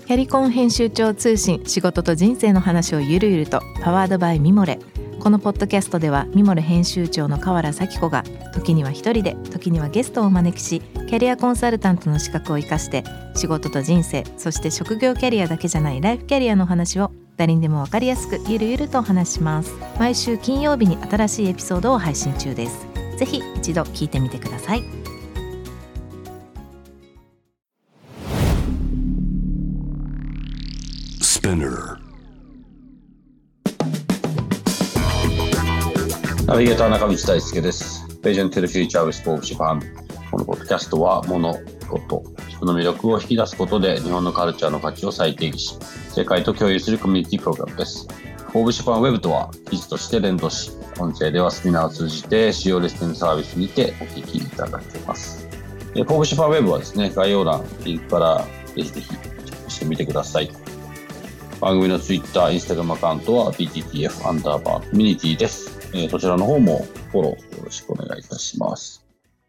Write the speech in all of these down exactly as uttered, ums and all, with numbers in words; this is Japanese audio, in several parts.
キャリコン編集長通信、仕事と人生の話をゆるゆると、パワードバイミモレ。このポッドキャストではミモレ編集長の河原咲子が時には一人で、時にはゲストをお招きし、キャリアコンサルタントの資格を生かして仕事と人生、そして職業キャリアだけじゃないライフキャリアの話を誰にでも分かりやすくゆるゆるとお話します。毎週金曜日に新しいエピソードを配信中です。ぜひ一度聞いてみてください。 ナビゲーター中道大輔です。Vision to the Future with Forbes Japan。このポッドキャストは物事、人の魅力を引き出すことで日本のカルチャーの価値を再定義し、世界と共有するコミュニティプログラムです。Forbes Japan Web とは記事として連動し、音声ではセミナーを通じて主要リスニングサービスにてお聞きいただけます。Forbes Japan Web はですね、概要欄、リンクからぜひぜひチェックしてみてください。番組の Twitter、Instagram アカウントは ビーティーティーエフ アンダーバーコミュニティです。えー、そちらの方もフォローよろしくお願いいたします。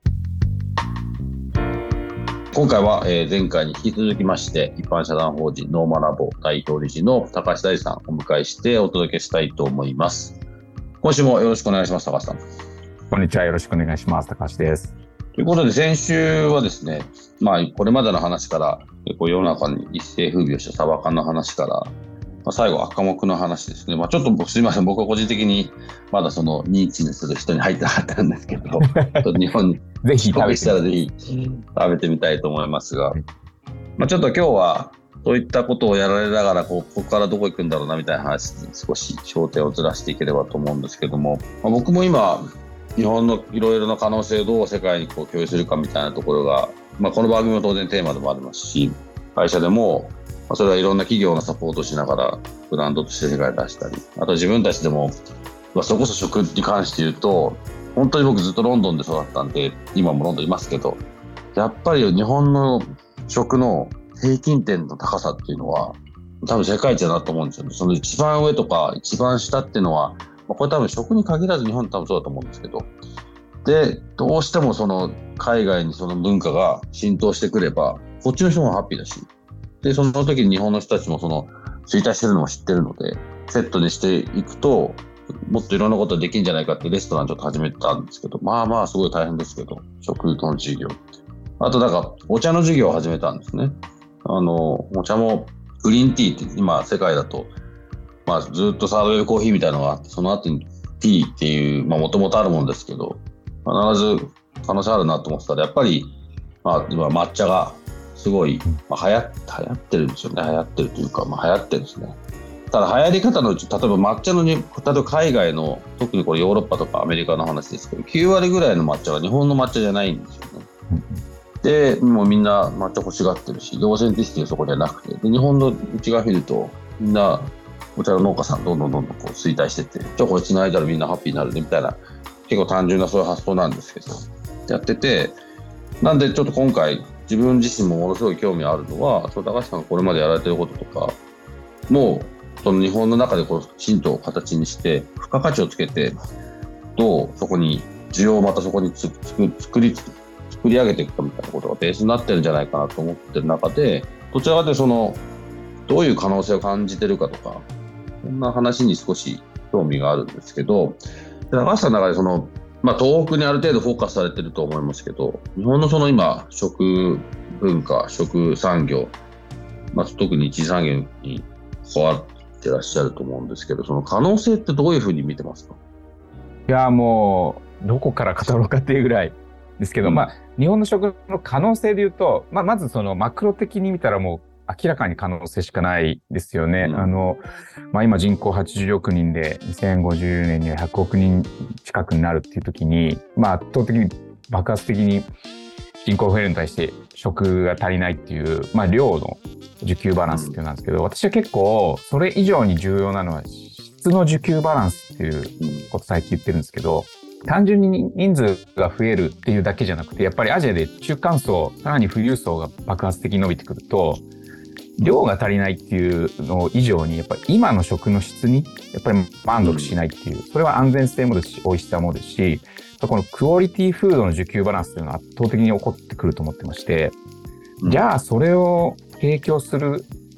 今回は、えー、前回に引き続きまして、一般社団法人ノーマラボ代表理事の高橋大さんをお迎えしてお届けしたいと思います。今週もよろしくお願いします。高橋さん。 こんにちは。よろしくお願いします。高橋です。 ということで、先週はですね、まあ、これまでの話から、結構世の中に一世風靡をしたサバ缶の話から、まあ、最後赤目の話ですね。まあ、ちょっと僕すいません、僕は個人的にまだその認知する人に入ってなかったんですけど、日本にぜひ食べしたらぜひ食べてみたいと思いますが、まあ、ちょっと今日はそういったことをやられながらこうここからどこ行くんだろうなみたいな話に少し焦点をずらしていければと思うんですけども、まあ、僕も今日本のいろいろな可能性をどう世界にこう共有するかみたいなところが、まあ、この番組も当然テーマでもありますし、会社でもそれはいろんな企業のサポートをしながらブランドとして世界に出したり、あと自分たちでも、まあ、それこそ食に関して言うと、本当に僕ずっとロンドンで育ったんで、今もロンドンいますけど、やっぱり日本の食の平均点の高さっていうのは多分世界一だなと思うんですよね。その一番上とか一番下っていうのは、まあ、これ多分食に限らず日本多分そうだと思うんですけど、でどうしてもその海外にその文化が浸透してくればこっちの人もハッピーだし、でその時に日本の人たちもその衰退してるのも知ってるので、セットにしていくともっといろんなことができるんじゃないかってレストランちょっと始めたんですけど、まあまあすごい大変ですけど、食の授業って、あとなんかお茶の授業を始めたんですね。あのお茶もグリーンティーって今世界だと、まあ、ずっとサードウェブコーヒーみたいなのがあって、その後にティーっていうもともとあるもんですけど、必ず可能性あるなと思ってたら、やっぱり、まあ、今抹茶がすごい、まあ、流行、流行ってるんですよね。流行ってるというか、まあ、流行ってるんですね。ただ流行り方のうち、例えば抹茶のに、例えば海外の、特にこれヨーロッパとかアメリカの話ですけど、きゅうわりぐらいの抹茶が日本の抹茶じゃないんですよね。で、もうみんな抹茶欲しがってるし、オーセンティシティはそこじゃなくて、で日本の内側見ると、みんなお茶の農家さんどんどんどんどんこう衰退してって、じゃあこれつないだらみんなハッピーになるねみたいな、結構単純なそういう発想なんですけど、やってて、なんでちょっと今回自分自身もものすごい興味あるのは、その高橋さんがこれまでやられてることとか、もうその日本の中でこう浸透を形にして、付加価値をつけて、どうそこに需要をまたそこにつつく作り作り上げていくかみたいなことがベースになってるんじゃないかなと思ってる中で、どちらかというとそのどういう可能性を感じてるかとか、そんな話に少し興味があるんですけど、高橋さんの中でその、まあ、東北にある程度フォーカスされてると思いますけど、日本のその今食文化、食産業、まあ、特に一次産業に関わってらっしゃると思うんですけど、その可能性ってどういうふうに見てますか？ いやもうどこから語ろうかっていうぐらいですけど、うん、まあ日本の食の可能性で言うと、まあ、まずそのマクロ的に見たらもう明らかに可能性しかないですよね。うん、あの、まあ、今人口はちじゅうおくにんでにせんごじゅうねんにはひゃくおくにん近くになるっていう時に、まあ圧倒的に爆発的に人口増えるに対して食が足りないっていう、まあ量の需給バランスっていうのなんですけど、うん、私は結構それ以上に重要なのは質の需給バランスっていうことを最近言ってるんですけど、単純に人数が増えるっていうだけじゃなくて、やっぱりアジアで中間層、さらに富裕層が爆発的に伸びてくると、量が足りないっていうの以上に、やっぱり今の食の質にやっぱり満足しないっていう、それは安全性もですし、美味しさもですし、このクオリティフードの需給バランスというのは圧倒的に起こってくると思ってまして、じゃあそれを提供する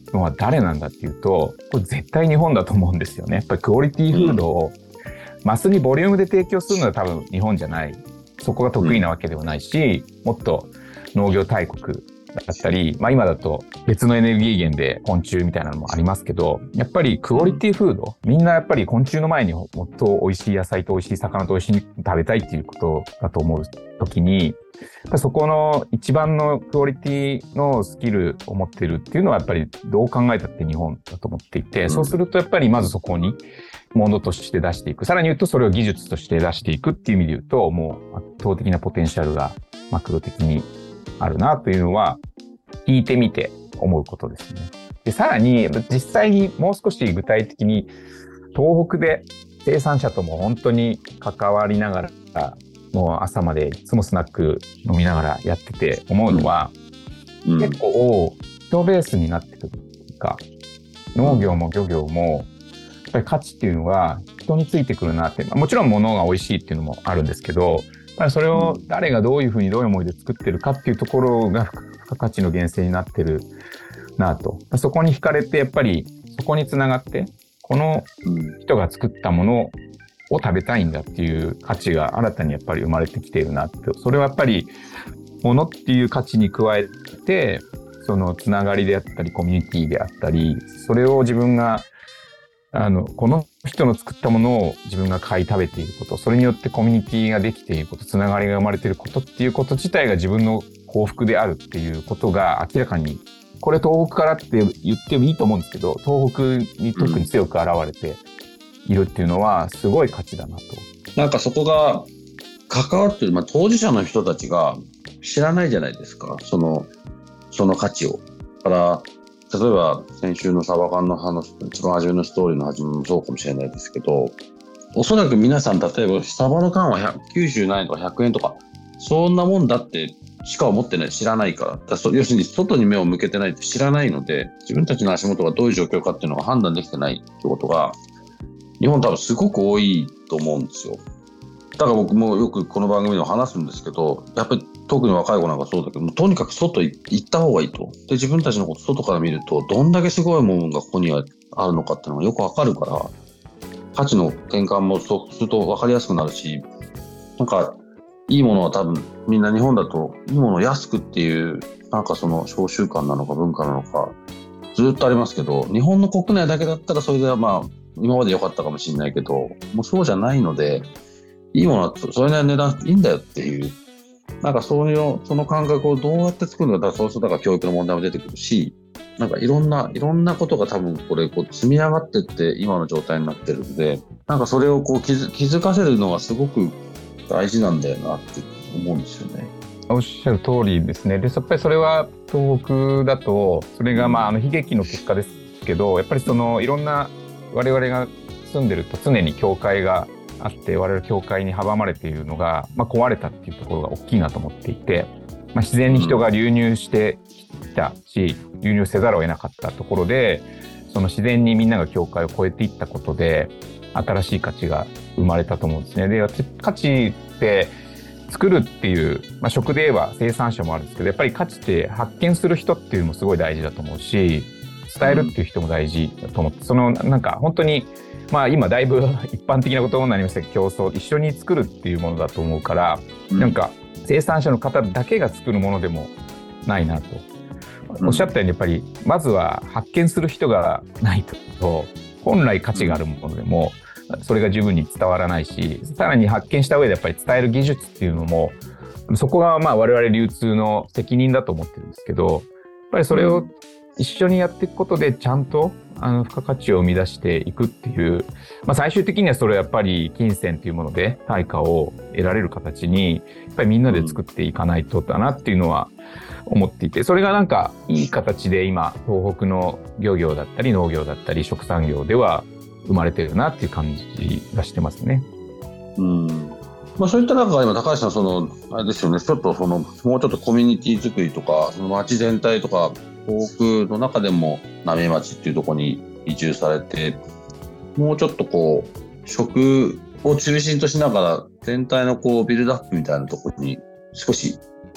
のは誰なんだっていうと、これ絶対日本だと思うんですよね。やっぱりクオリティフードをマスにボリュームで提供するのは多分日本じゃない。そこが得意なわけではないし、もっと農業大国だったり、まあ今だと別のエネルギー源で昆虫みたいなのもありますけど、やっぱりクオリティフード、みんなやっぱり昆虫の前にもっと美味しい野菜と美味しい魚と美味しい肉食べたいっていうことだと思うときに、やっぱそこの一番のクオリティのスキルを持ってるっていうのはやっぱりどう考えたって日本だと思っていて、そうするとやっぱりまずそこにものとして出していく。さらに言うとそれを技術として出していくっていう意味で言うと、もう圧倒的なポテンシャルがマクロ的にあるなというのは聞いてみて思うことですね。で、さらに実際にもう少し具体的に東北で生産者とも本当に関わりながら、もう朝までいつもスナック飲みながらやってて思うのは、うん、結構人ベースになってくるっていうか、農業も漁業もやっぱり価値っていうのは人についてくるなって、もちろん物が美味しいっていうのもあるんですけど、やっぱりそれを誰がどういうふうにどういう思いで作ってるかっていうところが付加価値の源泉になってるなと。そこに惹かれてやっぱりそこにつながって、この人が作ったものを食べたいんだっていう価値が新たにやっぱり生まれてきているなって。それはやっぱり物っていう価値に加えて、そのつながりであったりコミュニティであったり、それを自分があのこの人の作ったものを自分が買い食べていること、それによってコミュニティができていること、つながりが生まれていることっていうこと自体が自分の幸福であるっていうことが明らかに、これ東北からって言ってもいいと思うんですけど、東北に特に強く現れているっていうのはすごい価値だなと。 なんかそこが関わってる、まあ、当事者の人たちが知らないじゃないですか、そのその価値を。だから例えば先週のサバ缶の話、一番初めのストーリーの始めもそうかもしれないですけど、おそらく皆さん例えばサバの缶はひゃくきゅうじゅう何円とかひゃくえんとかそんなもんだってしか思ってない、知らないから。だから要するに外に目を向けてないと知らないので、自分たちの足元がどういう状況かっていうのが判断できてないってことが日本多分すごく多いと思うんですよ。だから僕もよくこの番組でも話すんですけど、やっぱり特に若い子なんかそうだけど、もうとにかく外行った方がいいと。で、自分たちのこと外から見るとどんだけすごいものがここにはあるのかっていうのがよくわかるから、価値の転換もそうすると分かりやすくなるし、なんかいいものは多分みんな日本だといいものを安くっていうなんかその商習慣なのか文化なのかずっとありますけど、日本の国内だけだったらそれではまあ今まで良かったかもしれないけど、もうそうじゃないので、いいものはそれなりの値段いいんだよっていう、なんかそういうその感覚をどうやって作るのか、そうするとだから教育の問題も出てくるし、なんかいろんないろんなことが多分これこう積み上がってって今の状態になってるんで、なんかそれをこう気づ、気づかせるのがすごく大事なんだよなって思うんですよね。 おっしゃる通りですね。で、やっぱりそれは東北だとそれがまああの悲劇の結果ですけど、やっぱりそのいろんな我々が住んでると常に境界があって、我々境界に阻まれているのが、まあ、壊れたっていうところが大きいなと思っていて、まあ、自然に人が流入してきたし、流入せざるを得なかったところで、その自然にみんなが境界を越えていったことで新しい価値が生まれたと思うんですね。で、価値って作るっていう、まあ、食で言えば生産者もあるんですけど、やっぱり価値って発見する人っていうのもすごい大事だと思うし、伝えるっていう人も大事だと思って、そのなんか本当にまあ今だいぶ一般的なことになりましたけど、競争、一緒に作るっていうものだと思うから、うん、なんか生産者の方だけが作るものでもないなと、うん、おっしゃったようにやっぱりまずは発見する人がないと本来価値があるものでもそれが十分に伝わらないし、さらに発見した上でやっぱり伝える技術っていうのも、そこがまあ我々流通の責任だと思ってるんですけど、やっぱりそれを一緒にやっていくことでちゃんとあの付加価値を生み出していくっていう、まあ、最終的にはそれはやっぱり金銭というもので対価を得られる形にやっぱりみんなで作っていかないとだなっていうのは思っていて、それがなんかいい形で今東北の漁業だったり農業だったり食産業では生まれてるなっていう感じがしてますね。 うん、まあ、そういった中今高橋さんそのあれですよね、ちょっとそのもうちょっとコミュニティ作りとかその町全体とか東北の中でも浪江町っていうところに移住されて、もうちょっとこう食を中心としながら全体のこうビルドアップみたいなところに少し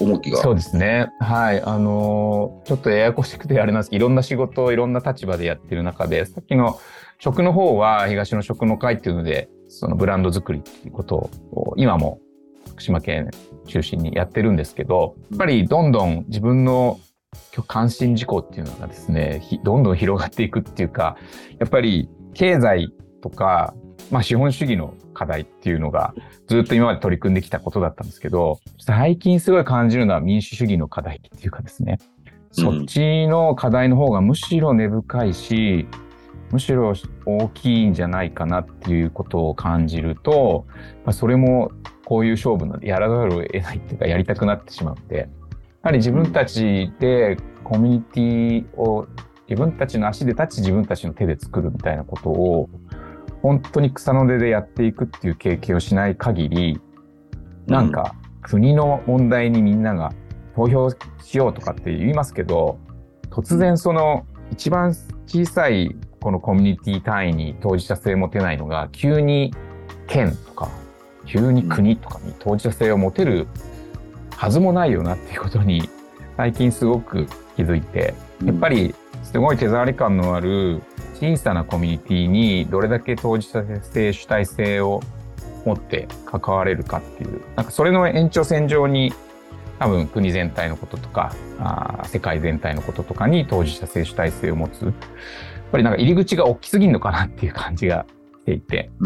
重きが。 そうですね。はい。あのー、ちょっとややこしくてあれなんですけど、いろんな仕事をいろんな立場でやってる中で、さっきの食の方は東の食の会っていうので、そのブランド作りっていうことを今も福島県中心にやってるんですけど、やっぱりどんどん自分の関心事項っていうのがですね、どんどん広がっていくっていうか、やっぱり経済とか、まあ資本主義の課題っていうのがずっと今まで取り組んできたことだったんですけど、最近すごい感じるのは民主主義の課題っていうかですね、そっちの課題の方がむしろ根深いし、むしろ大きいんじゃないかなっていうことを感じると、まあ、それもこういう勝負なんでやらざるを得ないっていうか、やりたくなってしまって、やはり自分たちでコミュニティを自分たちの足で立ち自分たちの手で作るみたいなことを本当に草の根でやっていくっていう経験をしない限り、なんか国の問題にみんなが投票しようとかって言いますけど、突然その一番小さいこのコミュニティ単位に当事者性を持てないのが急に県とか急に国とかに当事者性を持てるはずもないよなっていうことに最近すごく気づいて、やっぱりすごい手触り感のある小さなコミュニティにどれだけ当事者性主体性を持って関われるかっていう、なんかそれの延長線上に多分国全体のこととかあ世界全体のこととかに当事者性主体性を持つ、やっぱりなんか入り口が大きすぎるのかなっていう感じがしていて、うん、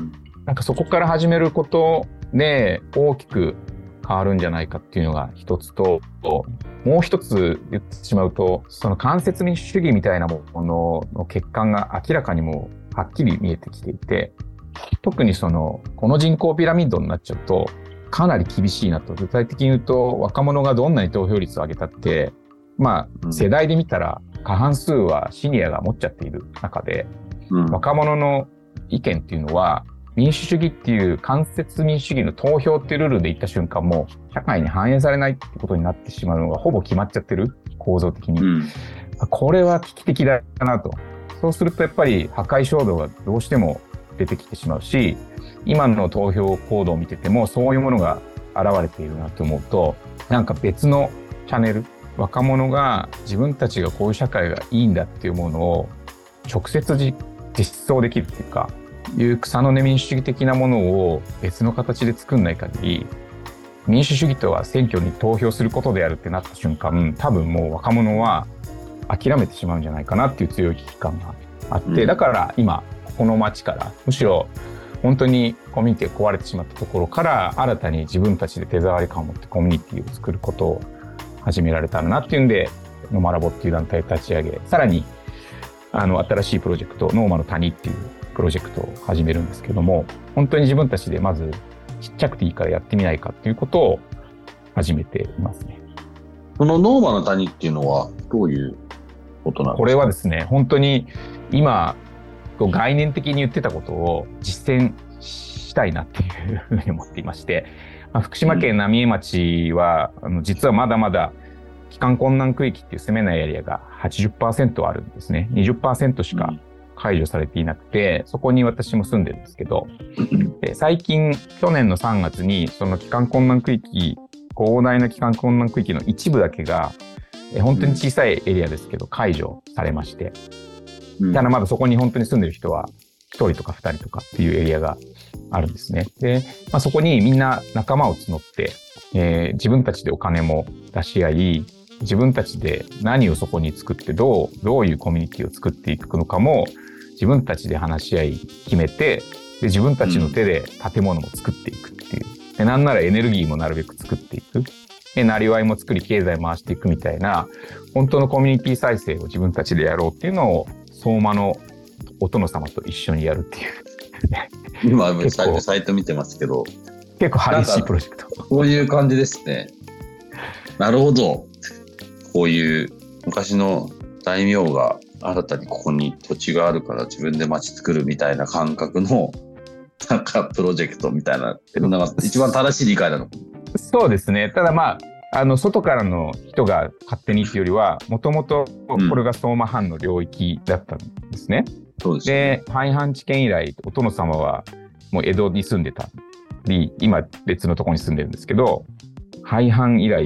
なんかそこから始めることで大きく変わるんじゃないかっていうのが一つと、もう一つ言ってしまうと、その間接民主主義みたいなものの欠陥が明らかにもはっきり見えてきていて、特にそのこの人口ピラミッドになっちゃうとかなり厳しいなと。具体的に言うと、若者がどんなに投票率を上げたって、まあ世代で見たら過半数はシニアが持っちゃっている中で、うん、若者の意見っていうのは民主主義っていう間接民主主義の投票っていうルールで言った瞬間も社会に反映されないってことになってしまうのがほぼ決まっちゃってる、構造的に、うん、これは危機的だなと。そうするとやっぱり破壊衝動がどうしても出てきてしまうし、今の投票行動を見ててもそういうものが現れているなと思うと、なんか別のチャンネル、若者が自分たちがこういう社会がいいんだっていうものを直接実装できるっていうか、いう草の根民主主義的なものを別の形で作んない限り、民主主義とは選挙に投票することであるってなった瞬間、多分もう若者は諦めてしまうんじゃないかなっていう強い危機感があって、うん、だから今この街からむしろ本当にコミュニティが壊れてしまったところから新たに自分たちで手触り感を持ってコミュニティを作ることを始められたらなっていうんで、ノマラボっていう団体を立ち上げ、さらにあの新しいプロジェクト、ノーマの谷っていうプロジェクトを始めるんですけども、本当に自分たちでまずちっちゃくていいからやってみないかっていうことを始めていますね。 このノーマの谷っていうのはどういうことなんですか？ これはですね、本当に今概念的に言ってたことを実践したいなっていうふうに思っていまして、まあ、福島県浪江町は、うん、あの実はまだまだ帰還困難区域っていう攻めないエリアが はちじゅっパーセント あるんですね。にじゅっパーセント しか解除されていなくて、そこに私も住んでるんですけど、で最近去年のさんがつにその帰還困難区域、広大な帰還困難区域の一部だけがえ本当に小さいエリアですけど解除されまして、うん、ただまだそこに本当に住んでる人はひとりとかふたりとかっていうエリアがあるんですね。で、まあ、そこにみんな仲間を募って、えー、自分たちでお金も出し合い、自分たちで何をそこに作ってどうどういうコミュニティを作っていくのかも自分たちで話し合い決めて、で自分たちの手で建物も作っていくっていう、でなんならエネルギーもなるべく作っていく、でなりわいも作り経済回していくみたいな本当のコミュニティ再生を自分たちでやろうっていうのを相馬のお殿様と一緒にやるっていう今サイト見てますけど結構激しいプロジェクト、 こういう感じですね。なるほど。こういう昔の大名が新たにここに土地があるから自分で町作るみたいな感覚のなんかプロジェクトみたいなのが一番正しい理解なの。 そうですね。ただまああの外からの人が勝手にっていうよりは、もともとこれが相馬藩の領域だったんですね。うん、そうですね。で廃藩置県以来お殿様はもう江戸に住んでたり、今別のところに住んでるんですけど、廃藩以来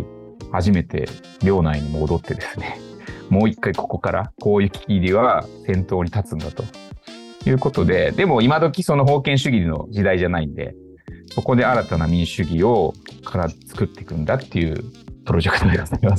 初めて領内に戻ってですね、もう一回ここから広域切りは先頭に立つんだということで、でも今時その封建主義の時代じゃないんで、そこで新たな民主主義をから作っていくんだっていうプロジェクトでございます。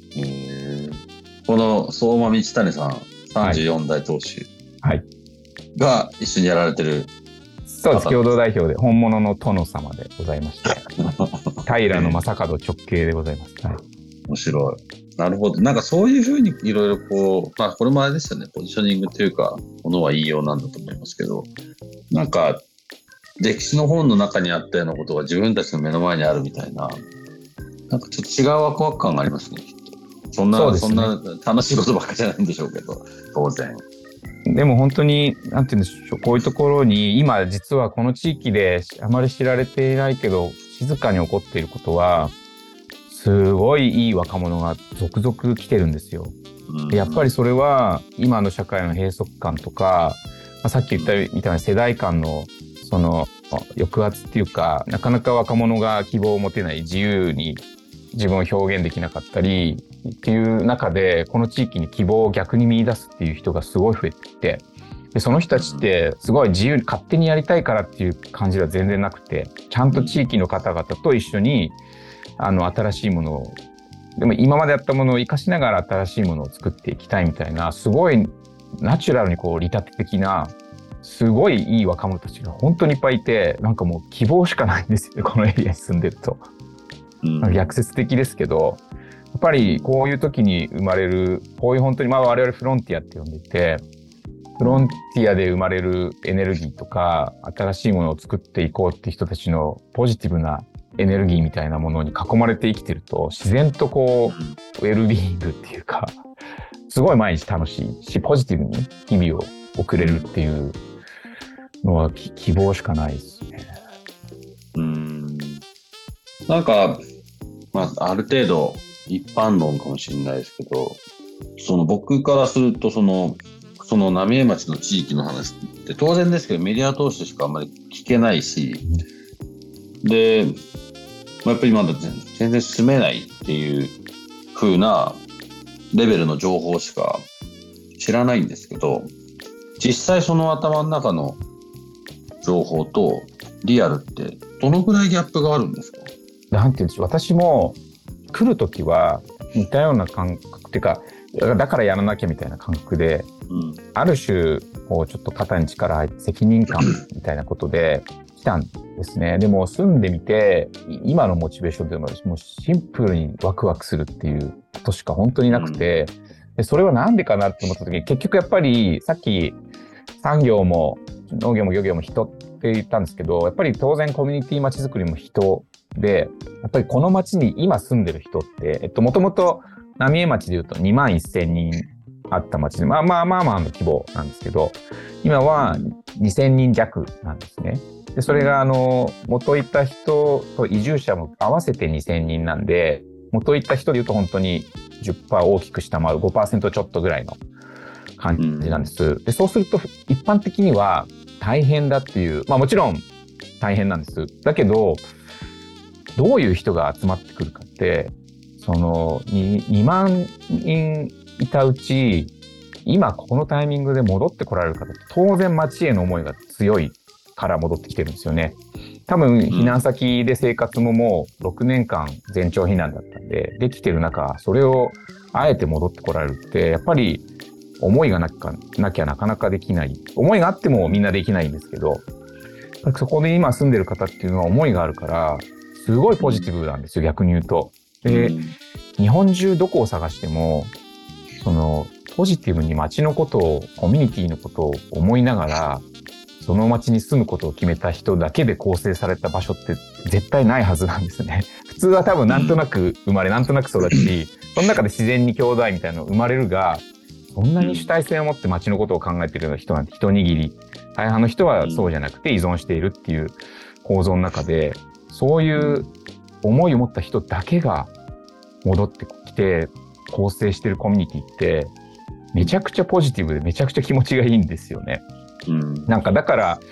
この相馬道谷さん、さんじゅうよん代当主が一緒にやられてる、 そうです、共同代表で本物の殿様でございまして平野正門直系でございます、はい、 面白い。なるほど。なんかそういうふうにいろいろこう、まあこれもあれですよね、ポジショニングというかものは言いようなんだと思いますけど、なんか歴史の本の中にあったようなことが自分たちの目の前にあるみたいな、なんかちょっと違うワクワク感がありますね、きっと。そんな、 そ,、ね、そんな楽しいことばっかじゃないんでしょうけど、当然。 でも本当に、なんて言うんでしょう、こういうところに、今実はこの地域であまり知られていないけど、静かに起こっていることは、すごいいい若者が続々来てるんですよ。でやっぱりそれは、今の社会の閉塞感とか、まあ、さっき言ったみたいな世代間の、その、抑圧っていうか、なかなか若者が希望を持てない、自由に自分を表現できなかったりっていう中で、この地域に希望を逆に見出すっていう人がすごい増えてきて、でその人たちってすごい自由に勝手にやりたいからっていう感じは全然なくて、ちゃんと地域の方々と一緒にあの新しいものを、でも今までやったものを生かしながら新しいものを作っていきたいみたいな、すごいナチュラルにこう利他的なすごいいい若者たちが本当にいっぱいいて、なんかもう希望しかないんですよ、このエリアに住んでると。なんか逆説的ですけど、やっぱりこういう時に生まれる、こういう本当に、まあ我々フロンティアって呼んでいて、フロンティアで生まれるエネルギーとか、新しいものを作っていこうっていう人たちのポジティブなエネルギーみたいなものに囲まれて生きてると、自然とこう、ウェルビーイングっていうか、すごい毎日楽しいし、ポジティブに日々を送れるっていうのは希望しかないですね。 うーん。なんか、まあ、ある程度一般論かもしれないですけど、その僕からすると、その、その浪江町の地域の話って当然ですけど、メディア通してしかあんまり聞けないし、で、まあ、やっぱりまだ全然住めないっていう風なレベルの情報しか知らないんですけど、実際その頭の中の情報とリアルってどのぐらいギャップがあるんですか？ なんていうんでしょう、私も来るときは似たような感覚っていうか、だからやらなきゃみたいな感覚で、うん、ある種こうちょっと肩に力入って責任感みたいなことで来たんですね。でも住んでみて今のモチベーションというのはもうシンプルにワクワクするっていうことしか本当になくて、うん、でそれはなんでかなって思った時に、結局やっぱりさっき産業も農業も漁業も人って言ったんですけど、やっぱり当然コミュニティ街づくりも人で、やっぱりこの町に今住んでる人って、えっと、もともと浪江町でいうとにまんせんにんあった町で、まあまあまあまあの規模なんですけど、今はにせんにん弱なんですね。で、それがあの、元いた人と移住者も合わせてにせんにんなんで、元いた人でいうと本当に じゅっパーセント 大きく下回る ごパーセント ちょっとぐらいの感じなんです。で、そうすると一般的には大変だっていう、まあもちろん大変なんです。だけど、どういう人が集まってくるかって、その 2, にまん人いたうち、今このタイミングで戻ってこられる方って当然町への思いが強いから戻ってきてるんですよね。多分避難先で生活ももうろくねんかん全町避難だったんで、できてる中、それをあえて戻ってこられるって、やっぱり思いがなきゃ、なきゃなかなかできない。思いがあってもみんなできないんですけど、そこで今住んでる方っていうのは思いがあるから、すごいポジティブなんですよ、逆に言うと。で、日本中どこを探しても、そのポジティブに街のことを、コミュニティのことを思いながら、その街に住むことを決めた人だけで構成された場所って絶対ないはずなんですね。普通は多分なんとなく生まれ、なんとなく育ち、その中で自然に兄弟みたいなのが生まれるが、そんなに主体性を持って街のことを考えているような人なんて一握り。大半の人はそうじゃなくて依存しているっていう構造の中で、そういう思いを持った人だけが戻ってきて構成しているコミュニティってめちゃくちゃポジティブでめちゃくちゃ気持ちがいいんですよね。うん、なんかだから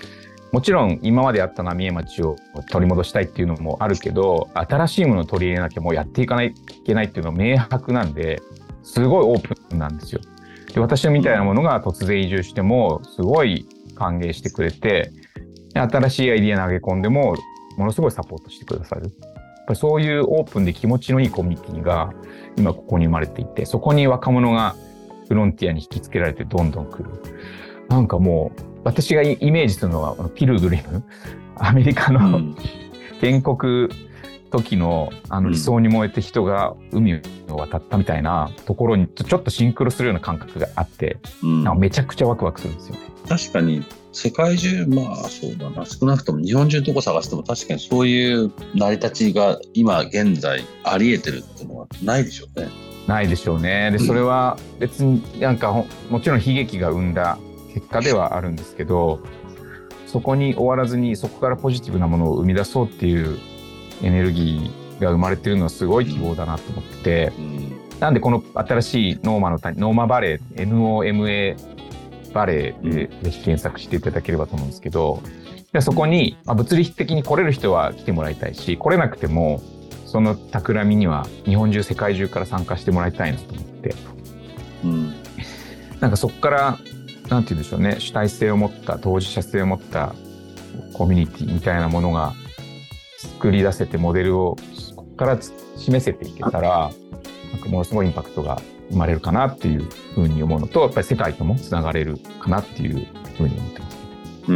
もちろん今まであった浪江町を取り戻したいっていうのもあるけど、新しいものを取り入れなきゃもうやっていかないといけないっていうのは明白なんで、すごいオープンなんですよ。で、私みたいなものが突然移住してもすごい歓迎してくれて、新しいアイディア投げ込んでもものすごいサポートしてくださる。やっぱりそういうオープンで気持ちのいいコミュニティが今ここに生まれていて、そこに若者がフロンティアに引きつけられてどんどん来る。なんかもう私がイメージするのはピルグリム、アメリカの、うん、建国時のあの理想に燃えて人が海を渡ったみたいなところにちょっとシンクロするような感覚があって、うん、なんかめちゃくちゃワクワクするんですよね。 確かに世界中、まあそうだな、少なくとも日本中どこ探しても確かにそういう成り立ちが今現在あり得てるっていうのはないでしょうね。 ないでしょうね。で、それは別になんかもちろん悲劇が生んだ結果ではあるんですけど、そこに終わらずにそこからポジティブなものを生み出そうっていうエネルギーが生まれてるのはすごい希望だなと思ってて、うん、なんでこの新しいノーマの谷、ノーマバレー、エヌオーエムエー バレーでぜひ検索していただければと思うんですけど、でそこに、まあ、物理的に来れる人は来てもらいたいし、来れなくてもその企みには日本中世界中から参加してもらいたいなと思って、うん、なんかそこからなんて言うんでしょうね、主体性を持った当事者性を持ったコミュニティみたいなものが作り出せて、モデルをここから示せていけたら、なんかものすごいインパクトが生まれるかなっていうふうに思うのと、やっぱり世界ともつながれるかなっていうふうに思ってます。 うん、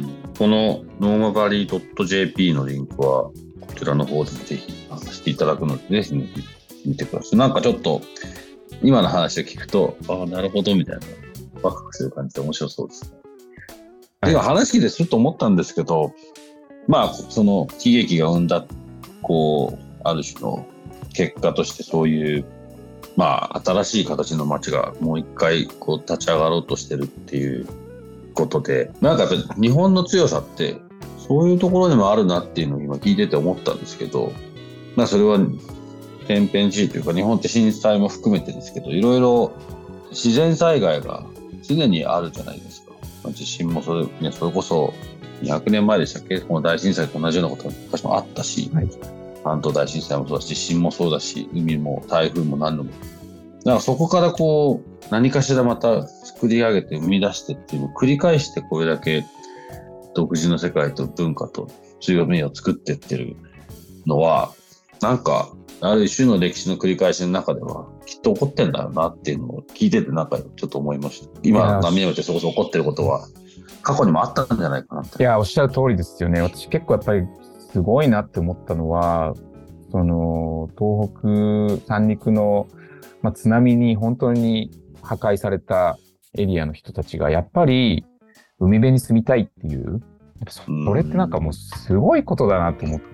このノーマバリー .jp のリンクはこちらの方でぜひしていただくので、ぜひ見てください。なんかちょっと今の話を聞くと、ああなるほどみたいなワクワクする感じで面白そうですね。はい、では話ですると思ったんですけど、まあその悲劇が生んだこうある種の結果として、そういうまあ新しい形の街がもう一回こう立ち上がろうとしてるっていうことで、なんかやっぱ日本の強さってそういうところにもあるなっていうのを今聞いてて思ったんですけど、まあそれは天変地異というか、日本って震災も含めてですけど、いろいろ自然災害が常にあるじゃないですか。地震もそれ、ね、それこそにひゃくねんまえでしたっけ、この大震災と同じようなことが昔もあったし、はい、関東大震災もそうだし、地震もそうだし、海も台風も何度も。だからそこからこう何かしらまた作り上げて生み出してっていうのを繰り返して、これだけ独自の世界と文化と強みを作ってってるのは、なんかある種の歴史の繰り返しの中ではきっと起こってんだよなっていうのを聞いてて、なんかちょっと思いました。今浪江町でそこそこ起こってることは過去にもあったんじゃないかなって。 いや、おっしゃる通りですよね。私結構やっぱりすごいなって思ったのは、その東北三陸の、まあ、津波に本当に破壊されたエリアの人たちがやっぱり海辺に住みたいっていう、それってなんかもうすごいことだなと思って、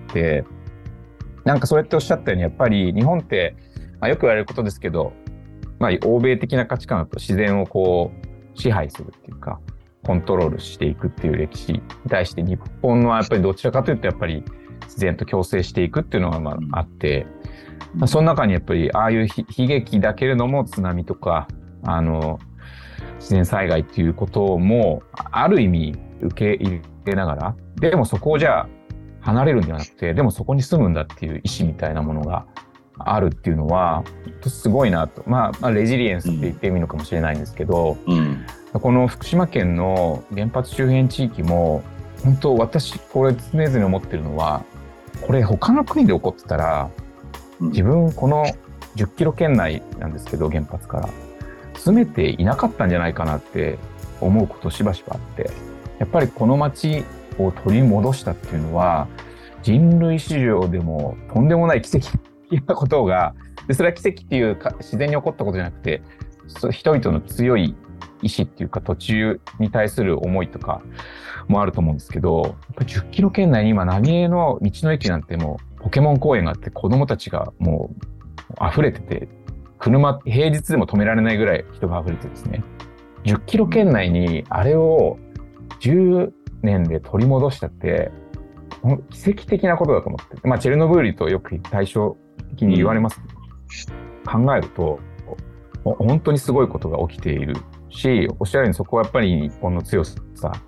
なんかそうやっておっしゃったように、やっぱり日本って、まあ、よく言われることですけど、まあ、欧米的な価値観だと自然をこう支配するっていうか、コントロールしていくっていう歴史に対して、日本はやっぱりどちらかというとやっぱり自然と共生していくっていうのがまああって、まあ、その中にやっぱりああいう悲劇だけれども津波とかあの自然災害っていうこともある意味受け入れながら、でもそこをじゃあ離れるんじゃなくて、でもそこに住むんだっていう意志みたいなものがあるっていうのはすごいなと、まあ、まあレジリエンスって言ってもいいのかもしれないんですけど、うん、この福島県の原発周辺地域も本当私これ常々思ってるのは、これ他の国で起こってたら自分このじゅっキロ圏内なんですけど原発から住めていなかったんじゃないかなって思うことしばしばあって、やっぱりこの町を取り戻したっていうのは人類史上でもとんでもない奇跡的なことが、でそれは奇跡っていうか自然に起こったことじゃなくて、人々の強い意志っていうか土地に対する思いとかもあると思うんですけど、やっぱりじゅっキロ圏内に今浪江の道の駅なんてもうポケモン公園があって、子供たちがもう溢れてて、車平日でも止められないぐらい人が溢れてですね、じゅっキロ圏内にあれをじゅうねんで取り戻したって奇跡的なことだと思って、まあチェルノブイリとよく対照的に言われますけど、うん、考えると本当にすごいことが起きているし、おっしゃるようにそこはやっぱり日本の強さ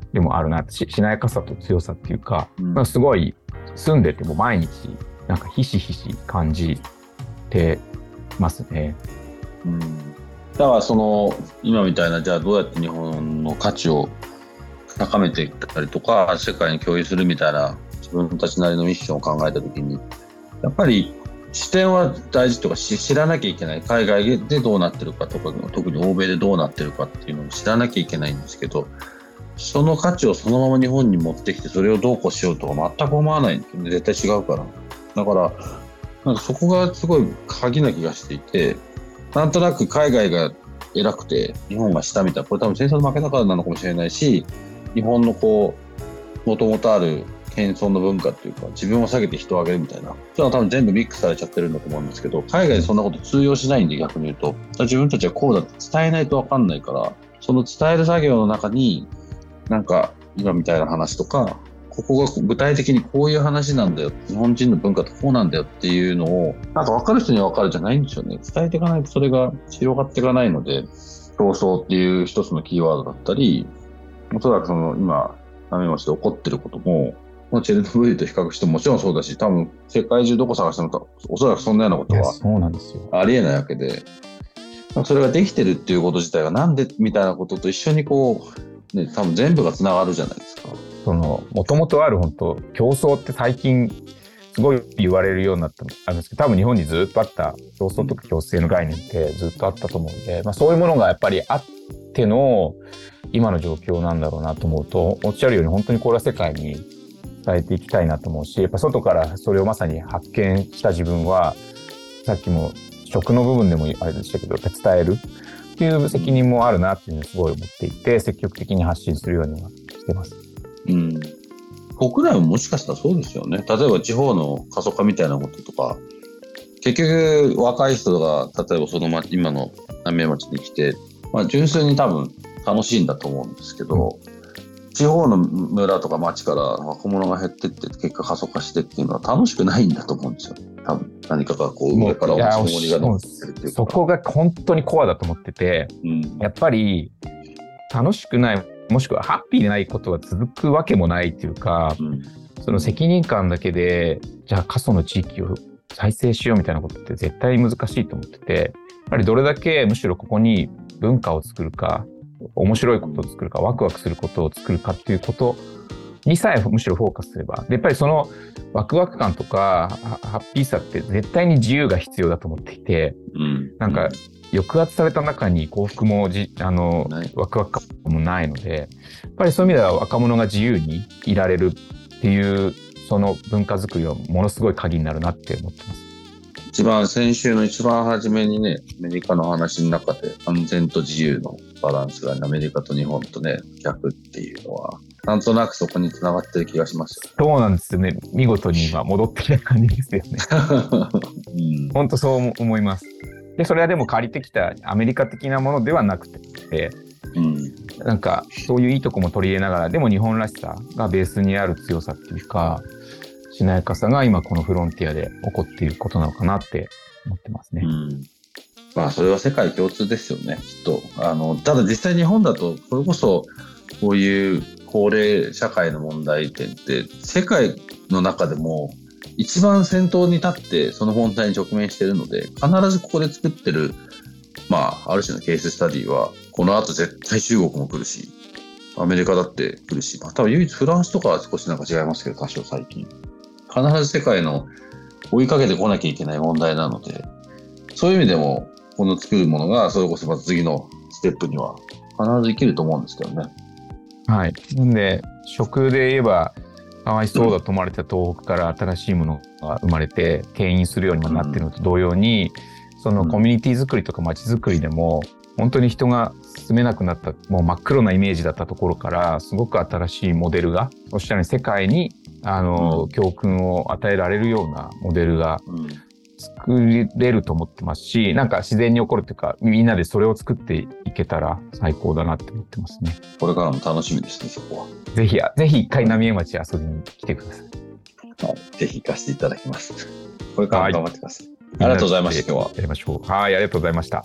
でもあるな、し、しなやかさと強さっていうか、 うんまあ、すごい住んでても毎日なんかひしひし感じてますね。 うん、だからその今みたいな、じゃあどうやって日本の価値を高めていったりとか世界に共有するみたいな自分たちなりのミッションを考えたときに、やっぱり視点は大事とか、知らなきゃいけない。海外でどうなってるかとか、特に欧米でどうなってるかっていうのを知らなきゃいけないんですけど、その価値をそのまま日本に持ってきてそれをどうこうしようとは全く思わないんですよね。絶対違うから。だからなんかそこがすごい鍵な気がしていて、なんとなく海外が偉くて日本が下みたいな、これ多分戦争の負けたからなのかもしれないし、日本のこうもともとある謙遜の文化っていうか、自分を下げて人を上げるみたいな、それは多分全部ミックスされちゃってるんだと思うんですけど、海外でそんなこと通用しないんで、逆に言うと自分たちはこうだって伝えないと分かんないから、その伝える作業の中になんか今みたいな話とか、ここが具体的にこういう話なんだよ、日本人の文化ってこうなんだよっていうのをなんか分かる人には分かるじゃないんですよね。伝えていかないとそれが広がっていかないので、競争っていう一つのキーワードだったり、おそらくその今浪町で起こってることも、チェルノブイリと比較してももちろんそうだし、多分世界中どこ探してもおそらくそんなようなことはそうなんですよ。 ありえないわけで、それができてるっていうこと自体がなんでみたいなことと一緒にこう、ね、多分全部がつながるじゃないですか。 その元々ある本当競争って最近すごい言われるようになったあるんですけど、多分日本にずっとあった競争とか共生の概念ってずっとあったと思うんで、まあ、そういうものがやっぱりあっての今の状況なんだろうなと思うと、おっしゃるように本当にこれは世界に伝えていきたいなと思うし、やっぱ外からそれをまさに発見した自分は、さっきも食の部分でもあれでしたけど、伝えるっていう責任もあるなっていうのをすごい思っていて、積極的に発信するようにはしてます。 うん、国内ももしかしたらそうですよね。例えば地方の過疎化みたいなこととか、結局若い人が例えばその今の浪江町に来て、まあ、純粋に多分楽しいんだと思うんですけど、うん、地方の村とか町から若者が減ってって結果過疎化してっていうのは楽しくないんだと思うんですよ。多分何かがこう上からおもりが乗ってるっていうか、 そこが本当にコアだと思ってて、うん、やっぱり楽しくない、もしくはハッピーでないことが続くわけもないっていうか、うん、その責任感だけでじゃあ過疎の地域を再生しようみたいなことって絶対難しいと思ってて、やっぱりどれだけむしろここに文化を作るか、面白いことを作るか、ワクワクすることを作るかっていうことにさえむしろフォーカスすれば、でやっぱりそのワクワク感とかハッピーさって絶対に自由が必要だと思っていて、うん、なんか抑圧された中に幸福もじあのワクワク感もないので、やっぱりそういう意味では若者が自由にいられるっていうその文化づくりはものすごい鍵になるなって思ってます。 一番先週の一番初めにね、アメリカの話の中で安全と自由のバランスがアメリカと日本とね逆っていうのはなんとなくそこに繋がってる気がしますよ。 そうなんですよね。見事に今戻ってきた感じですよね。うん、本当そう思います。でそれはでも借りてきたアメリカ的なものではなくて、うん、なんかそういういいとこも取り入れながら、でも日本らしさがベースにある強さっていうかしなやかさが今このフロンティアで起こっていることなのかなって思ってますね。うん、 まあそれは世界共通ですよね、きっと。あのただ実際日本だとそれこそこういう高齢社会の問題点って世界の中でも一番先頭に立ってその問題に直面しているので、必ずここで作ってるまあある種のケーススタディはこの後絶対中国も来るしアメリカだって来るし、まあ多分唯一フランスとかは少しなんか違いますけど、多少最近必ず世界の追いかけてこなきゃいけない問題なので、そういう意味でもこの作るものがそれこそまた次のステップには必ず生きると思うんですけどね。 はい。なんで食で言えばかわいそうだと思われた東北から新しいものが生まれて牽引するようになっているのと同様に、うん、そのコミュニティ作りとか街づくりでも本当に人が住めなくなったもう真っ黒なイメージだったところからすごく新しいモデルがおっしゃるように世界にあの、うん、教訓を与えられるようなモデルが作れると思ってますし、なんか自然に起こるというかみんなでそれを作っていけたら最高だなって思ってますね。 これからも楽しみですね、そこは。 ぜひぜひ一回浪江町遊びに来てください。 はい、ぜひ行かせていただきます。これからも頑張ってください。はい、ありがとうございました。今日はやりましょう。はい、ありがとうございました。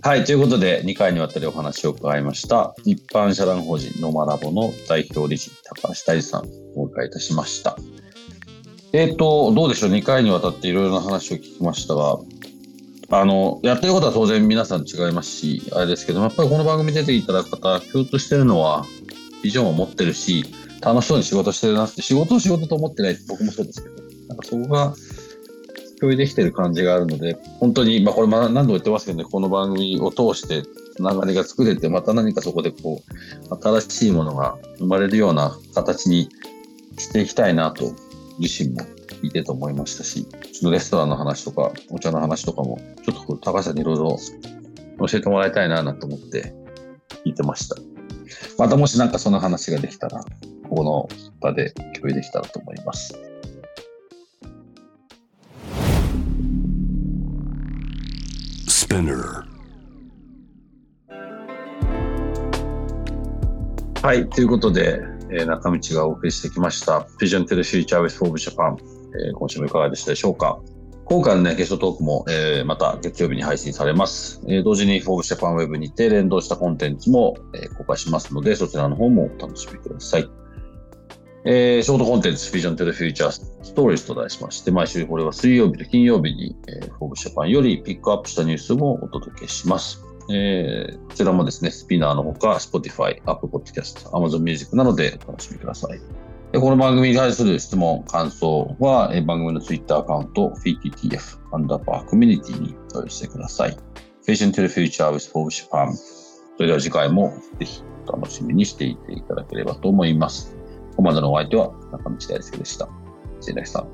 はい、ということでにかいにわたりお話を伺いました一般社団法人ノマラボの代表理事高橋大二さんをお伺いいたしました。えーとどうでしょう、にかいにわたっていろいろな話を聞きましたが、あのやってることは当然皆さん違いますしあれですけど、やっぱりこの番組出ていただく方共通してるのはビジョンを持ってるし楽しそうに仕事してるなって、仕事を仕事と思ってない僕もそうですけど、なんかそこが共有できてる感じがあるので、本当に、まあこれ何度も言ってますけどね、この番組を通してつながりが作れて、また何かそこでこう新しいものが生まれるような形にしていきたいなと自身も聞いてと思いましたし、そのレストランの話とかお茶の話とかもちょっと高橋さんにいろいろ教えてもらいたいななんて思って聞いてました。またもしなんかその話ができたらここの場で共有できたらと思います。はい、ということで、えー、中道がお送りしてきました Vision to the Future with Forbes Japan、えー、今週もいかがでしたでしょうか。今回の、ね、ゲストトークも、えー、また月曜日に配信されます、えー、同時に Forbes Japan Web にて連動したコンテンツも、えー、公開しますので、そちらの方もお楽しみください。えー、ショートコンテンツ Vision to the Future Stories と題しまして、毎週これは水曜日と金曜日に、えー、Forbes Japan よりピックアップしたニュースもお届けします。えー、こちらもですね、スピナーのほか Spotify、Apple Podcast、Amazon Music などでお楽しみください。でこの番組に対する質問、感想は、えー、番組の Twitter アカウント フィーティーティーエフ アンダーバーコミュニティにお寄せください。Vision to the Future with Forbes Japan。それでは次回もぜひお楽しみにしていていただければと思います。ここまでのお相手は中道大輔でした。千代さん。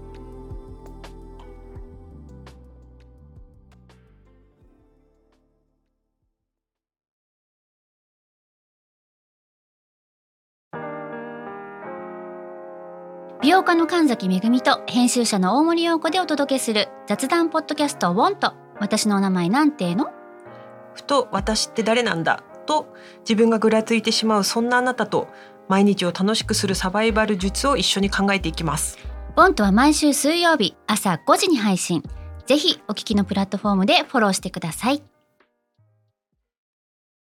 美容家の神崎めぐみと編集者の大森洋子でお届けする雑談ポッドキャストウォンと私のお名前なんての？ ふと私って誰なんだと自分がぐらついてしまうそんなあなたと毎日を楽しくするサバイバル術を一緒に考えていきます。 ウォンとは毎週水曜日朝ごじに配信。ぜひお聞きのプラットフォームでフォローしてください。